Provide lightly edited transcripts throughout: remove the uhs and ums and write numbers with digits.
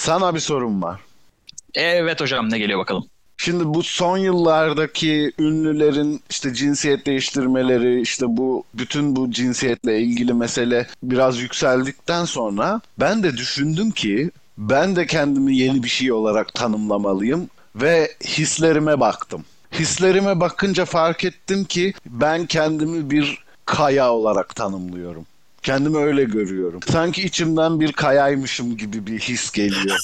Sana bir sorum var. Evet hocam, ne geliyor bakalım. Şimdi bu son yıllardaki ünlülerin işte cinsiyet değiştirmeleri, işte bu bütün bu cinsiyetle ilgili mesele biraz yükseldikten sonra ben de düşündüm ki ben de kendimi yeni bir şey olarak tanımlamalıyım ve hislerime baktım. Hislerime bakınca fark ettim ki ben kendimi bir kaya olarak tanımlıyorum. Kendimi öyle görüyorum. Sanki içimden bir kayaymışım gibi bir his geliyor.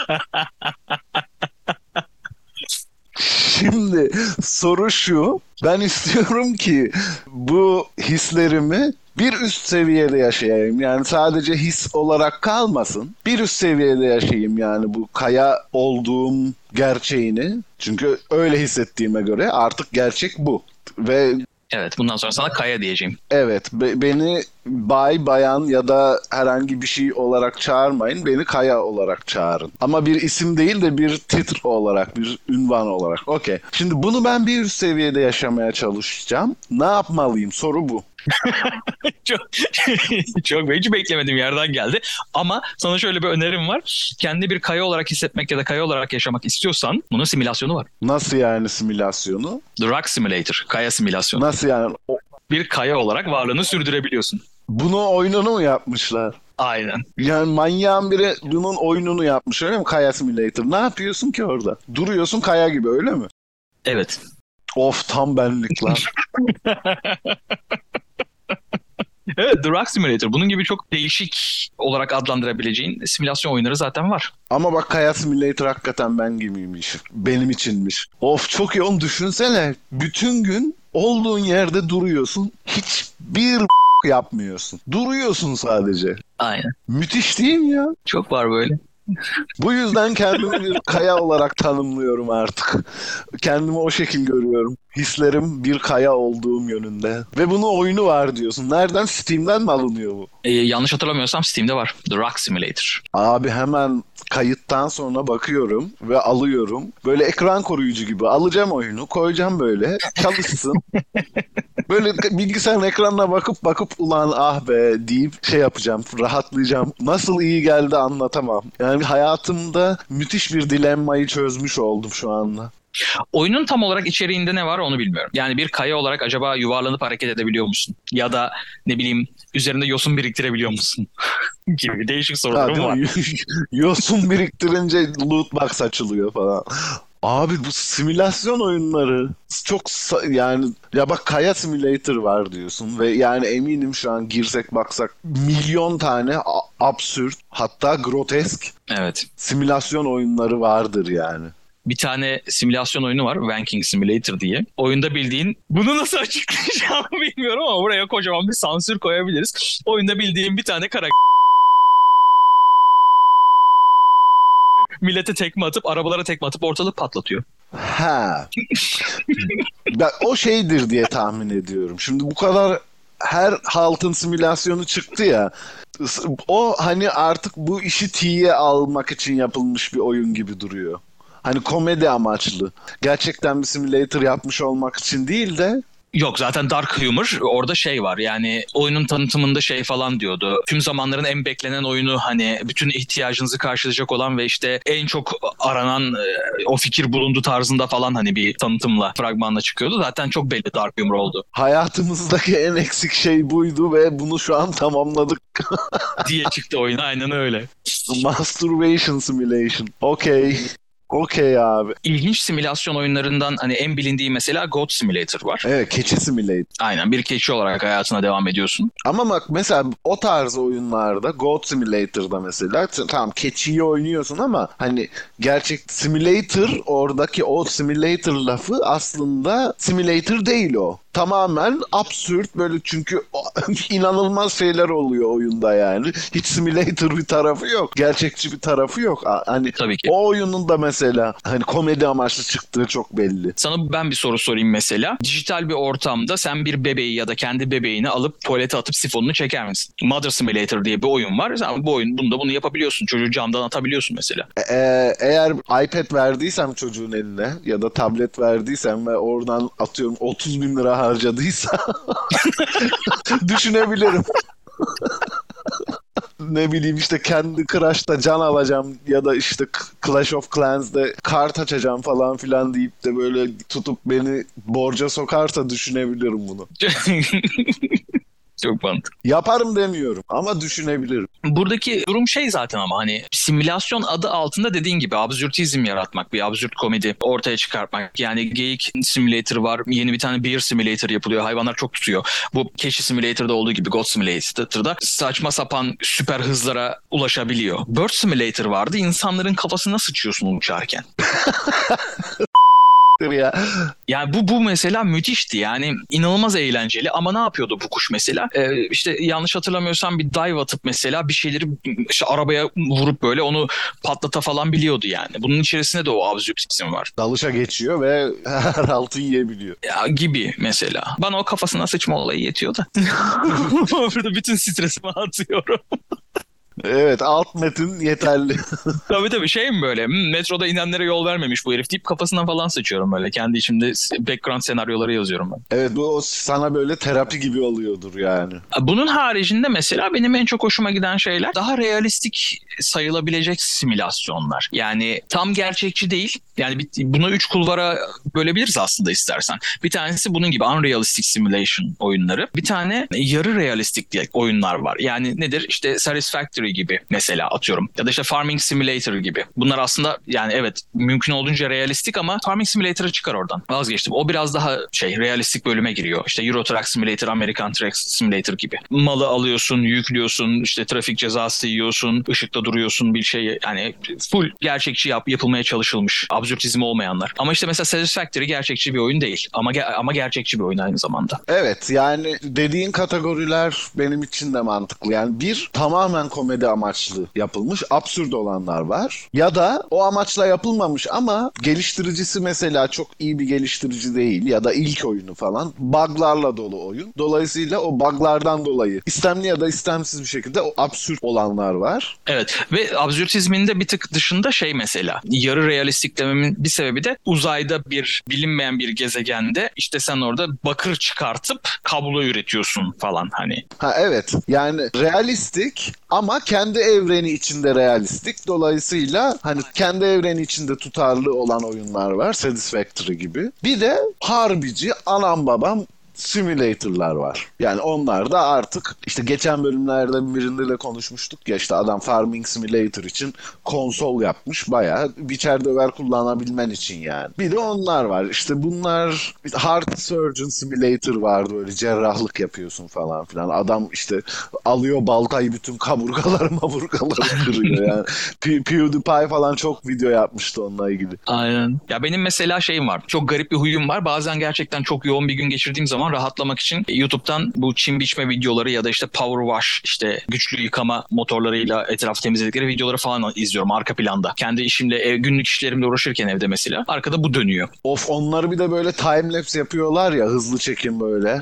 Şimdi soru şu, ben istiyorum ki bu hislerimi bir üst seviyede yaşayayım. Yani sadece his olarak kalmasın. Bir üst seviyede yaşayayım yani bu kaya olduğum gerçeğini. Çünkü öyle hissettiğime göre artık gerçek bu. Ve Evet, bundan sonra sana Kaya diyeceğim. evet, beni bay, bayan ya da herhangi bir şey olarak çağırmayın. Beni Kaya olarak çağırın. Ama bir isim değil de bir titr olarak, bir ünvan olarak. Okey. Şimdi bunu ben bir üst seviyede yaşamaya çalışacağım. Ne yapmalıyım? Soru bu. Çok, çok hiç beklemedim yerden geldi. Ama sana şöyle bir önerim var. Kendi bir kaya olarak hissetmek ya da kaya olarak yaşamak istiyorsan bunun simülasyonu var. Nasıl yani simülasyonu? The Rock Simulator, kaya simülasyonu. Nasıl yani? Bir kaya olarak varlığını sürdürebiliyorsun. Bunu oyununu mu yapmışlar? Aynen. Yani manyağın biri bunun oyununu yapmış öyle mi? Kaya Simulator. Ne yapıyorsun ki orada? Duruyorsun kaya gibi öyle mi? Evet. Of tam benlik lan. Evet, The Rock Simulator. Bunun gibi çok değişik olarak adlandırabileceğin simülasyon oyunları zaten var. Ama bak Kaya Simulator hakikaten ben gibiymiş. Benim içinmiş. Of çok iyi oğlum düşünsene. Bütün gün olduğun yerde duruyorsun. Hiçbir yapmıyorsun. Duruyorsun sadece. Aynen. Müthiş değil mi ya? Çok var böyle. Bu yüzden kendimi bir kaya olarak tanımlıyorum artık. Kendimi o şekil görüyorum. Hislerim bir kaya olduğum yönünde. Ve bunun oyunu var diyorsun. Nereden? Steam'den mi alınıyor bu? Yanlış hatırlamıyorsam Steam'de var. The Rock Simulator. Abi hemen kayıttan sonra bakıyorum ve alıyorum. Böyle ekran koruyucu gibi alacağım oyunu, koyacağım böyle, çalışsın. Böyle bilgisayarın ekranına bakıp ulan ah be deyip şey yapacağım, rahatlayacağım. Nasıl iyi geldi anlatamam. Yani hayatımda müthiş bir dilemmayı çözmüş oldum şu anda. Oyunun tam olarak içeriğinde ne var onu bilmiyorum. Yani bir kaya olarak acaba yuvarlanıp hareket edebiliyor musun? Ya da ne bileyim üzerinde yosun biriktirebiliyor musun? gibi değişik Ha, sorularım değil var. mi? Yosun biriktirince loot box açılıyor falan. Abi bu simülasyon oyunları çok yani ya bak Kaya Simulator var diyorsun ve yani eminim şu an girsek baksak milyon tane absürt hatta grotesk Evet. simülasyon oyunları vardır yani. Bir tane simülasyon oyunu var. Wanking Simulator diye. Oyunda bildiğin bunu nasıl açıklayacağımı bilmiyorum ama buraya kocaman bir sansür koyabiliriz. Oyunda bildiğin bir tane karakter millete tekme atıp arabalara tekme atıp ortalık patlatıyor. Ha. Ben o şeydir diye tahmin ediyorum. Şimdi bu kadar her haltın simülasyonu çıktı ya. O hani artık bu işi tiye almak için yapılmış bir oyun gibi duruyor. Hani komedi amaçlı. Gerçekten bir simülatör yapmış olmak için değil de Yok, zaten Dark Humor orada şey var, yani oyunun tanıtımında şey falan diyordu. Tüm zamanların en beklenen oyunu, hani bütün ihtiyacınızı karşılayacak olan ve işte en çok aranan o fikir bulundu tarzında falan, hani bir tanıtımla fragmanla çıkıyordu. Zaten çok belli Dark Humor oldu hayatımızdaki en eksik şey buydu ve bunu şu an tamamladık. diye çıktı oyun, aynen öyle. Masturbation Simulation. Okey. Okey abi. İlginç simülasyon oyunlarından hani en bilindiği mesela Goat Simulator var. Evet, keçi simulator. Aynen, bir keçi olarak hayatına devam ediyorsun. Ama bak mesela o tarz oyunlarda Goat Simulator'da mesela tamam keçiyi oynuyorsun ama hani gerçek simulator oradaki o simulator lafı aslında simulator değil o. Tamamen absürt böyle çünkü inanılmaz şeyler oluyor oyunda yani. Hiç simulator bir tarafı yok. Gerçekçi bir tarafı yok. Hani Tabii ki. o oyunun da mesela hani komedi amaçlı çıktığı çok belli. Sana ben bir soru sorayım mesela. Dijital bir ortamda sen bir bebeği ya da kendi bebeğini alıp tuvalete atıp sifonunu çeker misin? Mother Simulator diye bir oyun var. Sen bu oyun bunda bunu yapabiliyorsun. Çocuğu camdan atabiliyorsun mesela. Eğer iPad verdiysem çocuğun eline ya da tablet verdiysem ve oradan atıyorum 30 bin lira harcadıysa düşünebilirim. ne bileyim işte Candy Crush'ta can alacağım ya da işte Clash of Clans'de kart açacağım falan filan deyip de böyle tutup beni borca sokarsa düşünebilirim bunu. Çok mantıklı. Yaparım demiyorum ama düşünebilirim. Buradaki durum şey zaten ama hani simülasyon adı altında dediğin gibi absürtizm yaratmak, bir absürt komedi ortaya çıkartmak. Yani Geyik Simulator var, yeni bir tane Beer Simulator yapılıyor. Hayvanlar çok tutuyor. Bu Keşi Simulator'da olduğu gibi God Simulator'da saçma sapan süper hızlara ulaşabiliyor. Bird Simulator vardı. İnsanların kafasına sıçıyorsun uçarken. Ya. Yani bu mesela müthişti. Yani inanılmaz eğlenceli ama ne yapıyordu bu kuş mesela? İşte yanlış hatırlamıyorsam bir dive atıp mesela bir şeyleri işte arabaya vurup böyle onu patlata falan biliyordu yani. Bunun içerisinde de o absürtizm var. Dalışa geçiyor ve her altı yiyebiliyor. Ya gibi mesela. Bana o kafasına sıçma olayı yetiyor da. Burada bütün stresimi atıyorum. Evet, alt metin yeterli. Tabii şey mi böyle metroda inenlere yol vermemiş bu herif deyip kafasından falan sıçıyorum böyle. Kendi içimde background senaryoları yazıyorum ben. Evet, bu sana böyle terapi gibi oluyordur yani. Bunun haricinde mesela benim en çok hoşuma giden şeyler daha realistik sayılabilecek simülasyonlar. Yani tam gerçekçi değil. Yani bunu 3 kulvara bölebiliriz aslında istersen. Bir tanesi bunun gibi unrealistic simulation oyunları. Bir tane yarı realistik diye oyunlar var. Yani nedir? İşte Satisfactory gibi mesela atıyorum. Ya da işte Farming Simulator gibi. Bunlar aslında yani evet mümkün olduğunca realistik ama Farming Simulator'a çıkar oradan. Vazgeçtim. O biraz daha realistik bölüme giriyor. İşte Euro Truck Simulator, American Truck Simulator gibi. Malı alıyorsun, yüklüyorsun, işte trafik cezası yiyorsun, ışıkta duruyorsun bir şey. Yani full gerçekçi yapılmaya çalışılmış. Absürtizm olmayanlar. Ama işte mesela Satisfactory gerçekçi bir oyun değil. Ama gerçekçi bir oyun aynı zamanda. Evet, yani dediğin kategoriler benim için de mantıklı. Yani bir tamamen komedi amaçlı yapılmış absürt olanlar var. Ya da o amaçla yapılmamış ama geliştiricisi mesela çok iyi bir geliştirici değil ya da ilk oyunu falan bug'larla dolu oyun. Dolayısıyla o bug'lardan dolayı istemli ya da istemsiz bir şekilde o absürt olanlar var. Evet ve absürtizmin de bir tık dışında mesela yarı realistik dememin bir sebebi de uzayda bir bilinmeyen bir gezegende işte sen orada bakır çıkartıp kablo üretiyorsun falan hani. Ha evet, yani realistik ama kendi evreni içinde realistik. Dolayısıyla hani kendi evreni içinde tutarlı olan oyunlar var. Satisfactory gibi. Bir de harbici anam babam simülatörler var. Yani onlar da artık işte geçen bölümlerden birinde de konuşmuştuk ya işte adam Farming Simulator için konsol yapmış bayağı biçer döver kullanabilmen için yani. Bir de onlar var. İşte bunlar Heart Surgeon Simulator vardı böyle cerrahlık yapıyorsun falan filan. Adam işte alıyor baltayı bütün kaburgaları kırıyor yani. PewDiePie falan çok video yapmıştı onunla ilgili. Aynen. Ya benim mesela şeyim var. Çok garip bir huyum var. Bazen gerçekten çok yoğun bir gün geçirdiğim zaman rahatlamak için YouTube'dan bu çim biçme videoları ya da işte power wash işte güçlü yıkama motorlarıyla etrafı temizledikleri videoları falan izliyorum arka planda. Kendi işimle günlük işlerimle uğraşırken evde mesela arkada bu dönüyor. Of, onları bir de böyle timelapse yapıyorlar ya hızlı çekim böyle.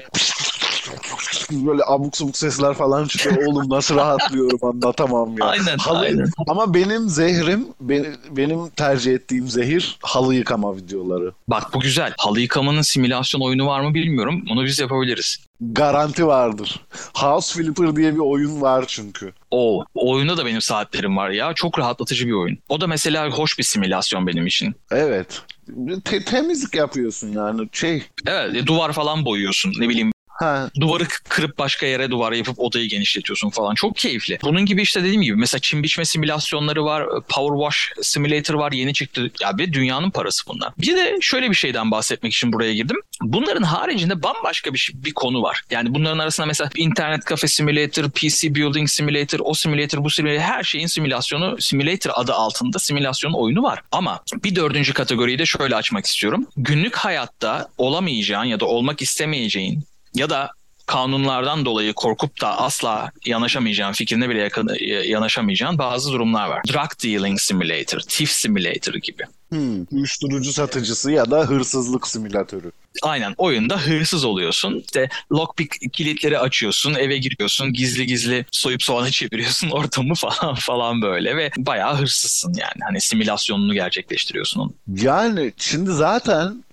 Böyle abuk sabuk sesler falan çıkıyor. Oğlum nasıl rahatlıyorum anlatamam ya. Aynen. Ama benim zehrim, benim tercih ettiğim zehir halı yıkama videoları. Bak bu güzel. Halı yıkamanın simülasyon oyunu var mı bilmiyorum. Onu biz yapabiliriz. Garanti vardır. House Flipper diye bir oyun var çünkü. O oyunda da benim saatlerim var ya. Çok rahatlatıcı bir oyun. O da mesela hoş bir simülasyon benim için. Evet. Temizlik yapıyorsun yani Evet duvar falan boyuyorsun ne bileyim. Ha. Duvarı kırıp başka yere duvar yapıp odayı genişletiyorsun falan. Çok keyifli. Bunun gibi işte dediğim gibi mesela çim biçme simülasyonları var. Power Wash Simulator var. Yeni çıktı. Ya bir dünyanın parası bunlar. Bir de şöyle bir şeyden bahsetmek için buraya girdim. Bunların haricinde bambaşka bir konu var. Yani bunların arasında mesela internet kafe simulator, PC building simulator, o simulator, bu simulator her şeyin simülasyonu simulator adı altında simülasyon oyunu var. Ama bir dördüncü kategoriyi de şöyle açmak istiyorum. Günlük hayatta olamayacağın ya da olmak istemeyeceğin ya da kanunlardan dolayı korkup da asla yanaşamayacağın, fikrine bile yanaşamayacağın bazı durumlar var. Drug dealing simulator, thief simulator gibi. Uyuşturucu satıcısı ya da hırsızlık simülatörü. Aynen oyunda hırsız oluyorsun. İşte lockpick kilitleri açıyorsun, eve giriyorsun, gizli gizli soyup soğana çeviriyorsun ortamı falan böyle ve bayağı hırsızsın yani. Hani simülasyonunu gerçekleştiriyorsun onu. Yani şimdi zaten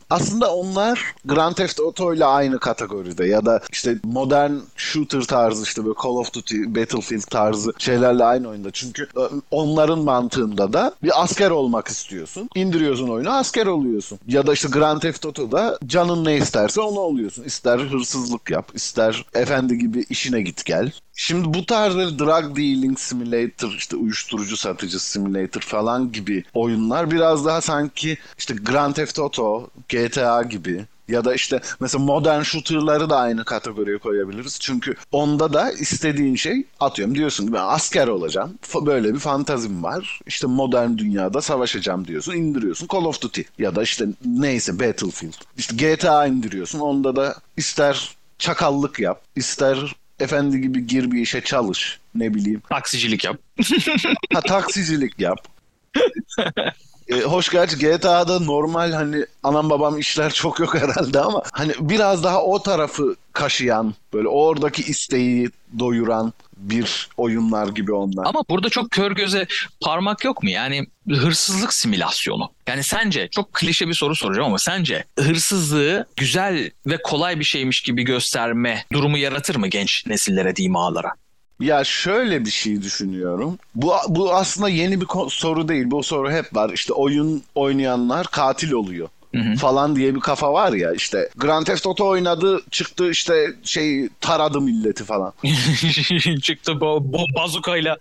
Aslında onlar Grand Theft Auto ile aynı kategoride ya da işte modern shooter tarzı, işte böyle Call of Duty, Battlefield tarzı şeylerle aynı oyunda. Çünkü onların mantığında da bir asker olmak istiyorsun. İndiriyorsun oyunu, asker oluyorsun. Ya da işte Grand Theft Auto'da canın ne isterse onu oluyorsun. İster hırsızlık yap, ister efendi gibi işine git gel. Şimdi bu tarz böyle drug dealing simulator, işte uyuşturucu satıcı simulator falan gibi oyunlar biraz daha sanki işte Grand Theft Auto, GTA gibi ya da işte mesela modern shooter'ları da aynı kategoriye koyabiliriz. Çünkü onda da istediğin şey, atıyorum diyorsun ben asker olacağım. Böyle bir fantazim var. İşte modern dünyada savaşacağım diyorsun. İndiriyorsun Call of Duty ya da işte neyse Battlefield. İşte GTA indiriyorsun. Onda da ister çakallık yap, ister efendi gibi gir bir işe çalış. Ne bileyim. Taksicilik yap. Taksicilik yap. Hoş gerçi GTA'da normal hani anam babam işler çok yok herhalde ama hani biraz daha o tarafı kaşıyan, böyle oradaki isteği doyuran bir oyunlar gibi onlar. Ama burada çok kör göze parmak yok mu? Yani hırsızlık simülasyonu. Yani sence, çok klişe bir soru soracağım ama sence hırsızlığı güzel ve kolay bir şeymiş gibi gösterme durumu yaratır mı genç nesillere diyeyim, ağalara? Ya şöyle bir şey düşünüyorum. Bu aslında yeni bir soru değil. Bu soru hep var. İşte oyun oynayanlar katil oluyor. Falan diye bir kafa var ya, işte Grand Theft Auto oynadı, çıktı işte taradı milleti falan. Çıktı bazukayla.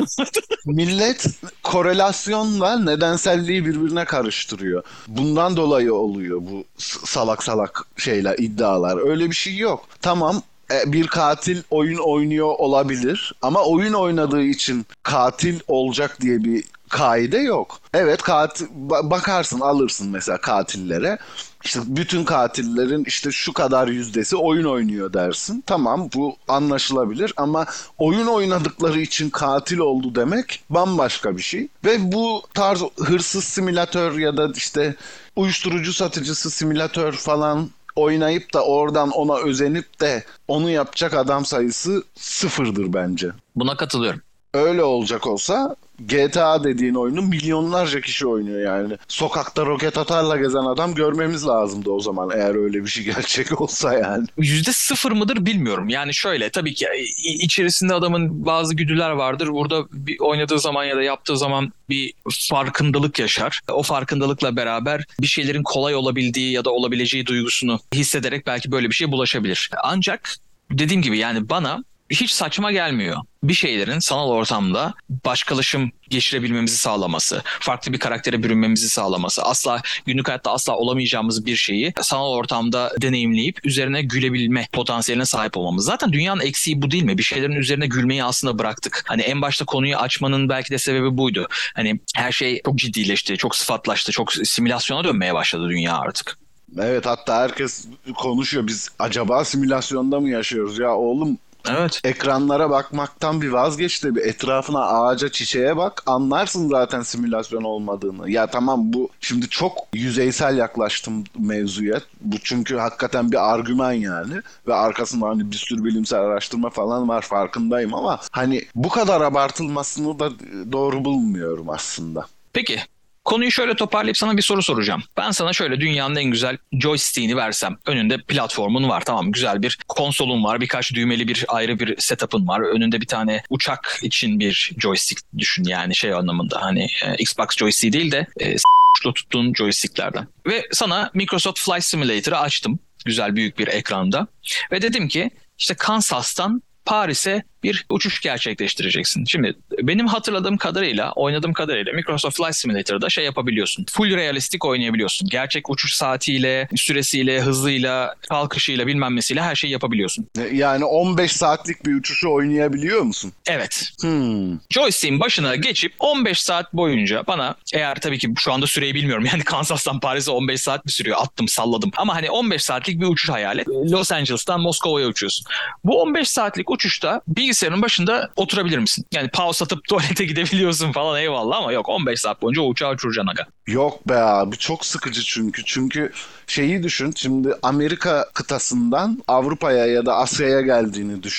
Millet korelasyonla nedenselliği birbirine karıştırıyor. Bundan dolayı oluyor bu salak salak iddialar. Öyle bir şey yok. Tamam, bir katil oyun oynuyor olabilir ama oyun oynadığı için katil olacak diye bir kaide yok. Evet, bakarsın, alırsın mesela katillere. İşte bütün katillerin işte şu kadar yüzdesi oyun oynuyor dersin. Tamam, bu anlaşılabilir ama oyun oynadıkları için katil oldu demek bambaşka bir şey. Ve bu tarz hırsız simülatör ya da işte uyuşturucu satıcısı simülatör falan oynayıp da oradan ona özenip de onu yapacak adam sayısı sıfırdır bence. Buna katılıyorum. Öyle olacak olsa GTA dediğin oyunu milyonlarca kişi oynuyor yani. Sokakta roket atarla gezen adam görmemiz lazımdı o zaman, eğer öyle bir şey gerçek olsa yani. %0 mıdır bilmiyorum. Yani şöyle, tabii ki içerisinde adamın bazı güdüler vardır. Burada bir oynadığı zaman ya da yaptığı zaman bir farkındalık yaşar. O farkındalıkla beraber bir şeylerin kolay olabildiği ya da olabileceği duygusunu hissederek belki böyle bir şeye bulaşabilir. Ancak dediğim gibi yani bana hiç saçma gelmiyor. Bir şeylerin sanal ortamda başkalaşım geçirebilmemizi sağlaması, farklı bir karaktere bürünmemizi sağlaması, asla günlük hayatta asla olamayacağımız bir şeyi sanal ortamda deneyimleyip üzerine gülebilme potansiyeline sahip olmamız. Zaten dünyanın eksiği bu değil mi? Bir şeylerin üzerine gülmeyi aslında bıraktık. Hani en başta konuyu açmanın belki de sebebi buydu. Hani her şey çok ciddileşti, çok sıfatlaştı, çok simülasyona dönmeye başladı dünya artık. Evet, hatta herkes konuşuyor, biz acaba simülasyonda mı yaşıyoruz ya oğlum? Evet. Ekranlara bakmaktan bir vazgeç de bir etrafına, ağaca, çiçeğe bak, anlarsın zaten simülasyon olmadığını. Ya tamam, bu şimdi çok yüzeysel yaklaştım mevzuya. Bu çünkü hakikaten bir argüman yani ve arkasında hani bir sürü bilimsel araştırma falan var, farkındayım ama hani bu kadar abartılmasını da doğru bulmuyorum aslında. Peki. Konuyu şöyle toparlayıp sana bir soru soracağım. Ben sana şöyle dünyanın en güzel joystick'ini versem. Önünde platformun var, tamam, güzel bir konsolun var. Birkaç düğmeli bir ayrı bir setup'ın var. Önünde bir tane uçak için bir joystick düşün, yani şey anlamında, hani Xbox joystick değil de tuttuğun joysticklerden. Ve sana Microsoft Flight Simulator'ı açtım. Güzel büyük bir ekranda. Ve dedim ki işte Kansas'tan Paris'e bir uçuş gerçekleştireceksin. Şimdi benim hatırladığım kadarıyla, oynadığım kadarıyla Microsoft Flight Simulator'da şey yapabiliyorsun. Full realistik oynayabiliyorsun. Gerçek uçuş saatiyle, süresiyle, hızıyla, kalkışıyla, bilmem nesiyle her şeyi yapabiliyorsun. Yani 15 saatlik bir uçuşu oynayabiliyor musun? Evet. Joystick'in başına geçip 15 saat boyunca bana, eğer tabii ki şu anda süreyi bilmiyorum. Yani Kansas'tan Paris'e 15 saat mi sürüyor? Attım, salladım. Ama hani 15 saatlik bir uçuş hayal et. Los Angeles'tan Moskova'ya uçuyorsun. Bu 15 saatlik uçuşta bilgisayarın başında oturabilir misin? Yani pause atıp tuvalete gidebiliyorsun falan, eyvallah, ama yok, 15 saat boyunca o uçağı uçuracaksın aga. Yok be abi, çok sıkıcı çünkü. Çünkü şeyi düşün, şimdi Amerika kıtasından Avrupa'ya ya da Asya'ya geldiğini düşün.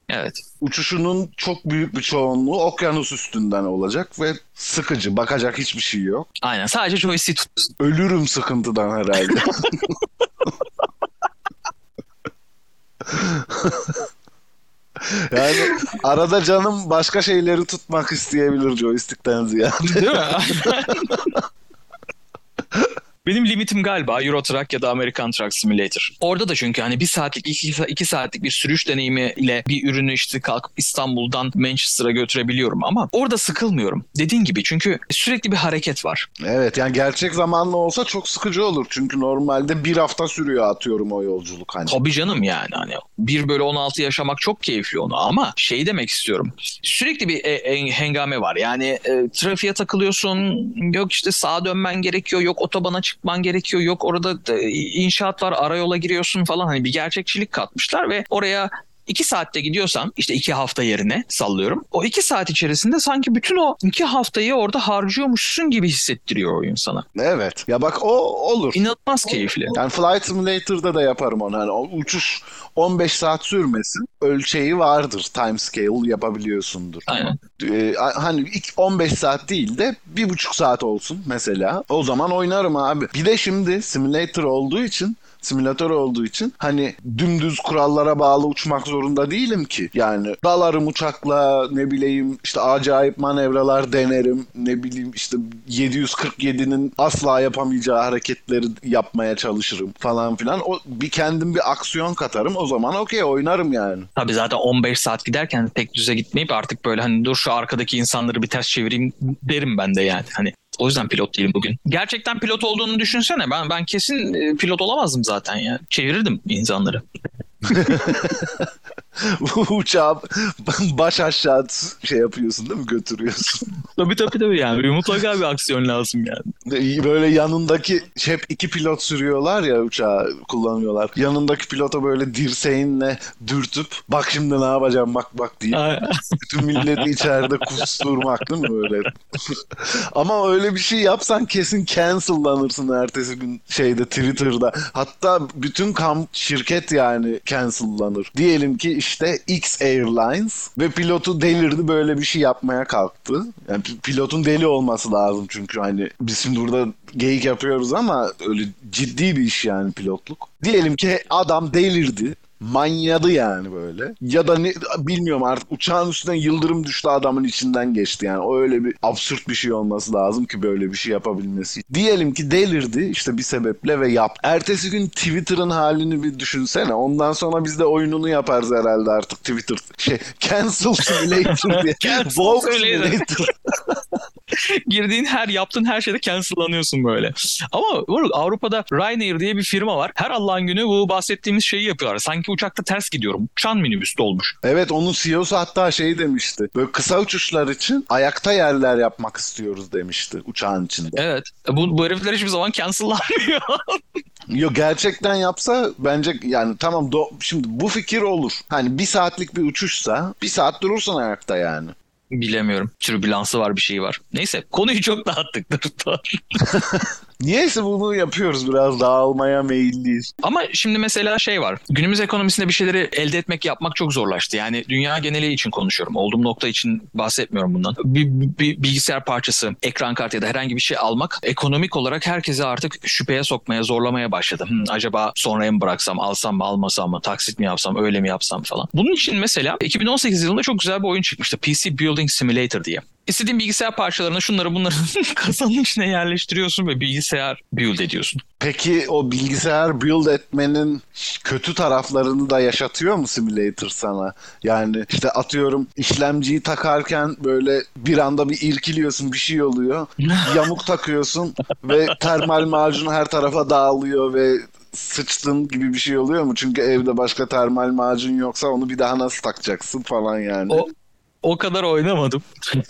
Evet. Uçuşunun çok büyük bir çoğunluğu okyanus üstünden olacak ve sıkıcı. Bakacak hiçbir şey yok. Aynen. Sadece joystick tutuyorsun. Ölürüm sıkıntıdan herhalde. Yani arada canım başka şeyleri tutmak isteyebilir joystick'ten ziyade. Değil mi? Benim limitim galiba Euro Truck ya da American Truck Simulator. Orada da çünkü hani 1 saatlik, 2 saatlik bir sürüş deneyimiyle bir ürünü işte kalkıp İstanbul'dan Manchester'a götürebiliyorum ama orada sıkılmıyorum. Dediğin gibi, çünkü sürekli bir hareket var. Evet, yani gerçek zamanlı olsa çok sıkıcı olur. Çünkü normalde bir hafta sürüyor atıyorum o yolculuk hani. Tabii canım, yani hani 1/16 yaşamak çok keyifli onu, ama şey demek istiyorum. Sürekli bir hengame var. Yani trafiğe takılıyorsun. Yok işte sağa dönmen gerekiyor. Yok otobana çıkman gerekiyor. Yok orada inşaat var, araya giriyorsun falan. Hani bir gerçekçilik katmışlar ve oraya 2 saatte gidiyorsan, işte 2 hafta yerine sallıyorum, o 2 saat içerisinde sanki bütün o 2 haftayı orada harcıyormuşsun gibi hissettiriyor oyun sana. Evet. Ya bak, o olur. İnanılmaz keyifli. Yani Flight Simulator'da da yaparım onu. Hani o uçuş 15 saat sürmesin. Ölçeği vardır. Time scale yapabiliyorsundur. Aynen. Hani ilk 15 saat değil de 1,5 saat olsun mesela. O zaman oynarım abi. Bir de şimdi simülatör olduğu için hani dümdüz kurallara bağlı uçmak zorunda değilim ki. Yani dalarım uçakla, ne bileyim işte acayip manevralar denerim. Ne bileyim işte 747'nin asla yapamayacağı hareketleri yapmaya çalışırım falan filan. O kendim bir aksiyon katarım. O zaman okey, oynarım yani. Tabii zaten 15 saat giderken tek düze gitmeyip artık böyle hani dur şu arkadaki insanları bir ters çevireyim derim ben de yani. Hani o yüzden pilot değilim bugün. Gerçekten pilot olduğunu düşünsene. Ben kesin pilot olamazdım zaten ya. Çevirirdim insanları. Uçağı baş aşağı şey yapıyorsun değil mi? Götürüyorsun. Tabii yani. Mutlaka bir aksiyon lazım yani. Böyle yanındaki hep iki pilot sürüyorlar ya, uçağı kullanıyorlar. Yanındaki pilota böyle dirseğinle dürtüp bak şimdi ne yapacağım bak deyip bütün milleti içeride kusturmak değil mi böyle? Ama öyle bir şey yapsan kesin cancellanırsın ertesi gün şeyde, Twitter'da. Hatta bütün şirket yani cancellanır. Diyelim ki işte X Airlines ve pilotu delirdi, böyle bir şey yapmaya kalktı. Yani pilotun deli olması lazım çünkü hani biz şimdi burada geyik yapıyoruz ama öyle ciddi bir iş yani pilotluk. Diyelim ki adam delirdi. Manyadı yani böyle. Ya da bilmiyorum artık, uçağın üstüne yıldırım düştü, adamın içinden geçti yani. O öyle bir absürt bir şey olması lazım ki böyle bir şey yapabilmesi. Diyelim ki delirdi işte bir sebeple ve yaptı. Ertesi gün Twitter'ın halini bir düşünsene. Ondan sonra biz de oyununu yaparız herhalde artık Twitter. Cancel Simulator diye. Walk Simulator. Girdiğin yaptığın her şeyde cancellanıyorsun böyle. Ama Avrupa'da Ryanair diye bir firma var. Her Allah'ın günü bu bahsettiğimiz şeyi yapıyorlar. Sanki uçakta ters gidiyorum. Uçan minibüste olmuş. Evet, onun CEO'su hatta şey demişti. Böyle kısa uçuşlar için ayakta yerler yapmak istiyoruz demişti uçağın içinde. Evet. Bu herifler hiçbir zaman cancellanmıyor. Yok, gerçekten yapsa bence yani tamam, şimdi bu fikir olur. Hani 1 saatlik bir uçuşsa 1 saat durursun ayakta yani. Bilemiyorum. Türbülansı var, bir şey var. Neyse, konuyu çok dağıttık. Dur. Niyeyse bunu yapıyoruz, biraz dağılmaya meyilliyiz. Ama şimdi mesela şey var. Günümüz ekonomisinde bir şeyleri elde etmek, yapmak çok zorlaştı. Yani dünya geneli için konuşuyorum. Olduğum nokta için bahsetmiyorum bundan. Bir bilgisayar parçası, ekran kartı ya da herhangi bir şey almak ekonomik olarak herkese artık şüpheye sokmaya, zorlamaya başladı. Acaba sonraya mı bıraksam, alsam mı, almasam mı, taksit mi yapsam, öyle mi yapsam falan. Bunun için mesela 2018 yılında çok güzel bir oyun çıkmıştı. PC Building Simulator diye. İstediğin bilgisayar parçalarını, şunları bunları kasanın içine yerleştiriyorsun ve bilgisayar build ediyorsun. Peki o bilgisayar build etmenin kötü taraflarını da yaşatıyor mu simulator sana? Yani işte atıyorum işlemciyi takarken böyle bir anda bir irkiliyorsun, bir şey oluyor. Yamuk takıyorsun ve termal macun her tarafa dağılıyor ve sıçtın gibi bir şey oluyor mu? Çünkü evde başka termal macun yoksa onu bir daha nasıl takacaksın falan yani. O kadar oynamadım.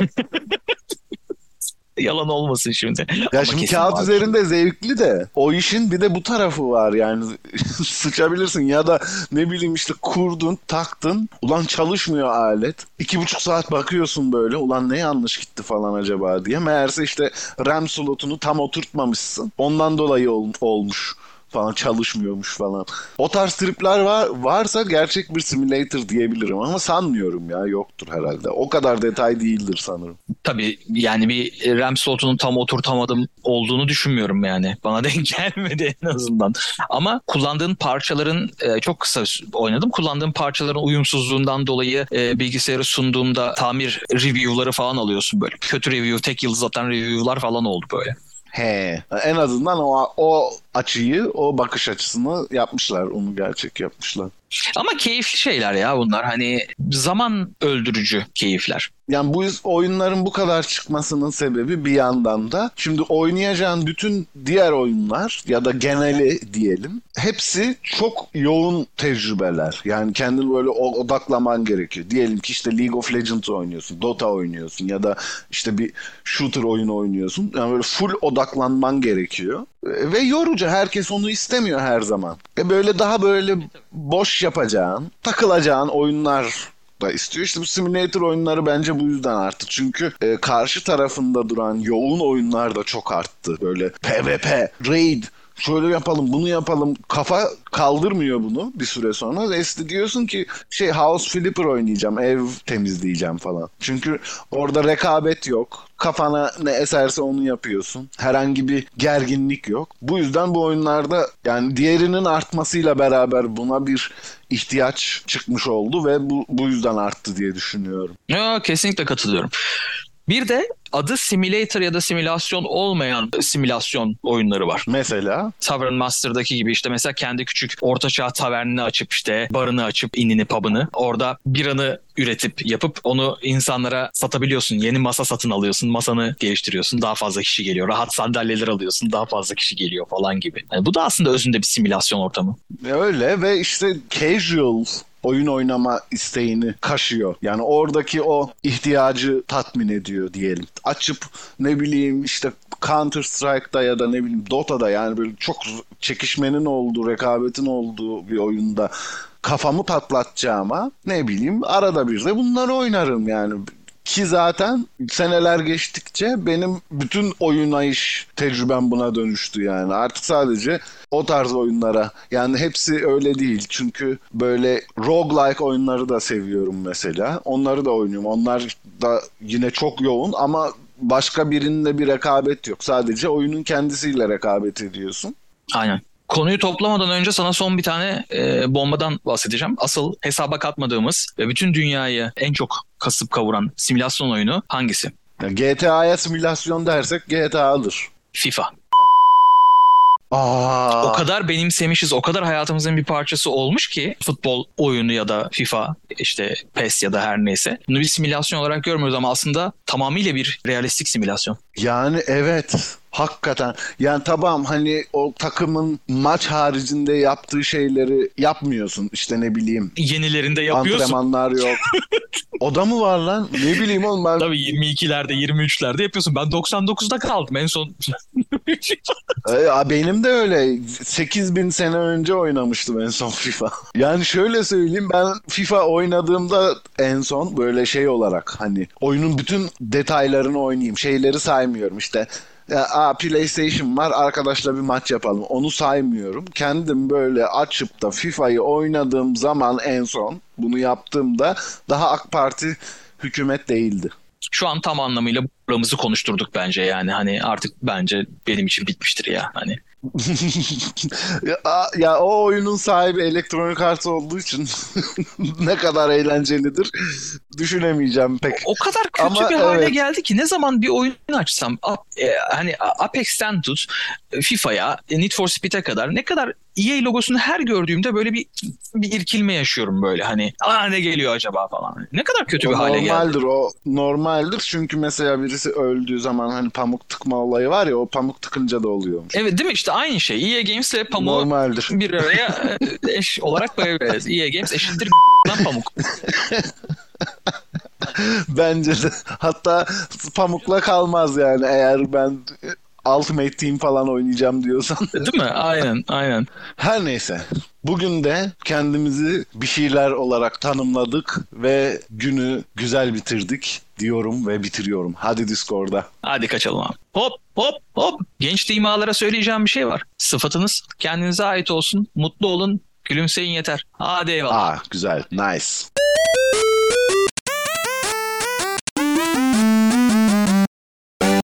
Yalan olmasın şimdi. Ya şimdi kağıt var. Üzerinde zevkli de o işin bir de bu tarafı var yani. Sıçabilirsin ya da ne bileyim işte kurdun, taktın, ulan çalışmıyor alet. 2,5 saat bakıyorsun böyle, ulan ne yanlış gitti falan acaba diye. Meğerse işte RAM slotunu tam oturtmamışsın. Ondan dolayı olmuş falan çalışmıyormuş falan. O tarz tripler varsa gerçek bir simulator diyebilirim ama sanmıyorum ya, yoktur herhalde. O kadar detay değildir sanırım. Tabii yani bir RAM slotunun tam oturtamadım olduğunu düşünmüyorum yani. Bana denk gelmedi en azından. Ama kullandığın parçaların çok kısa oynadım. Kullandığın parçaların uyumsuzluğundan dolayı bilgisayarı sunduğumda tamir review'ları falan alıyorsun böyle. Kötü review, tek yıldız atan review'lar falan oldu böyle. He, en azından o açıyı, o bakış açısını yapmışlar. Onu gerçek yapmışlar. Ama keyifli şeyler ya bunlar. Hani zaman öldürücü keyifler. Yani bu oyunların bu kadar çıkmasının sebebi bir yandan da şimdi oynayacağın bütün diğer oyunlar ya da geneli diyelim, hepsi çok yoğun tecrübeler. Yani kendini böyle odaklaman gerekiyor. Diyelim ki işte League of Legends oynuyorsun, Dota oynuyorsun ya da işte bir shooter oyunu oynuyorsun. Yani böyle full odaklanman gerekiyor. Ve yorucu. Herkes onu istemiyor her zaman. Böyle daha böyle boş yapacağın, takılacağın oyunlar da istiyor. İşte bu simulator oyunları bence bu yüzden arttı. Çünkü karşı tarafında duran yoğun oyunlar da çok arttı. Böyle PvP, Raid, şöyle yapalım, bunu yapalım. Kafa kaldırmıyor bunu bir süre sonra. Ve diyorsun ki House Flipper oynayacağım, ev temizleyeceğim falan. Çünkü orada rekabet yok. Kafana ne eserse onu yapıyorsun. Herhangi bir gerginlik yok. Bu yüzden bu oyunlarda yani diğerinin artmasıyla beraber buna bir ihtiyaç çıkmış oldu ve bu yüzden arttı diye düşünüyorum. Ya, kesinlikle katılıyorum. Bir de adı simulator ya da simülasyon olmayan simülasyon oyunları var. Mesela? Tavern Master'daki gibi işte mesela kendi küçük ortaçağ tavernini açıp işte barını açıp inini pub'ını orada biranı üretip yapıp onu insanlara satabiliyorsun. Yeni masa satın alıyorsun. Masanı geliştiriyorsun. Daha fazla kişi geliyor. Rahat sandalyeler alıyorsun. Daha fazla kişi geliyor falan gibi. Yani bu da aslında özünde bir simülasyon ortamı. Öyle ve işte casual oyun oynama isteğini kaşıyor. Yani oradaki o ihtiyacı tatmin ediyor diyelim. Açıp ne bileyim işte Counter Strike'da ya da ne bileyim Dota'da yani böyle çok çekişmenin olduğu, rekabetin olduğu bir oyunda kafamı patlatacağıma ne bileyim arada bir de bunları oynarım yani. Ki zaten seneler geçtikçe benim bütün oynayış tecrübem buna dönüştü yani. Artık sadece o tarz oyunlara, yani hepsi öyle değil. Çünkü böyle roguelike oyunları da seviyorum mesela. Onları da oynuyorum. Onlar da yine çok yoğun ama başka birinde bir rekabet yok. Sadece oyunun kendisiyle rekabet ediyorsun. Aynen. Konuyu toplamadan önce sana son bir tane bombadan bahsedeceğim. Asıl hesaba katmadığımız ve bütün dünyayı en çok kasıp kavuran simülasyon oyunu hangisi? Yani GTA'ya simülasyon dersek GTA'dır. FIFA. Aa. O kadar benimsemişiz, o kadar hayatımızın bir parçası olmuş ki futbol oyunu ya da FIFA, işte PES ya da her neyse. Bunu bir simülasyon olarak görmüyoruz ama aslında tamamıyla bir realistik simülasyon. Yani evet. Hakikaten. Yani tamam hani o takımın maç haricinde yaptığı şeyleri yapmıyorsun. İşte ne bileyim. Yenilerinde yapıyorsun. Antrenmanlar yok. O da mı var lan? Ne bileyim oğlum ben. Tabii 22'lerde 23'lerde yapıyorsun. Ben 99'da kaldım en son. Benim de öyle. 8.000 sene önce oynamıştım en son FIFA. Yani şöyle söyleyeyim, ben FIFA oynadığımda en son böyle şey olarak hani oyunun bütün detaylarını oynayayım. Şeyleri saymıyorum işte. PlayStation var, arkadaşla bir maç yapalım. Onu saymıyorum. Kendim böyle açıp da FIFA'yı oynadığım zaman en son bunu yaptığımda daha AK Parti hükümet değildi. Şu an tam anlamıyla buramızı konuşturduk bence yani hani artık bence benim için bitmiştir ya hani. Ya o oyunun sahibi Electronic Arts olduğu için ne kadar eğlencelidir düşünemeyeceğim pek. O kadar kötü ama bir hale evet. geldi ki ne zaman bir oyun açsam hani Apex'ten tut FIFA'ya Need for Speed'e kadar ne kadar EA logosunu her gördüğümde böyle bir irkilme yaşıyorum böyle hani ne geliyor acaba falan. Ne kadar kötü bir hale geldi. O normaldir çünkü mesela birisi öldüğü zaman hani pamuk tıkma olayı var ya, o pamuk tıkınca da oluyormuş. Evet değil mi, işte aynı şey. EA Games ile pamuğu Normaldir. bir araya eş olarak koyabiliriz. EA Games eşittir lan pamuk. Bence de. Hatta pamukla kalmaz yani eğer ben Ultimate Team falan oynayacağım diyorsan. Değil mi? Aynen, aynen. Her neyse. Bugün de kendimizi bir şeyler olarak tanımladık ve günü güzel bitirdik diyorum ve bitiriyorum. Hadi Discord'a. Hadi kaçalım abi. Hop hop hop. Genç dimalara söyleyeceğim bir şey var. Sıfatınız kendinize ait olsun. Mutlu olun. Gülümseyin yeter. Hadi eyvallah. Güzel. Nice.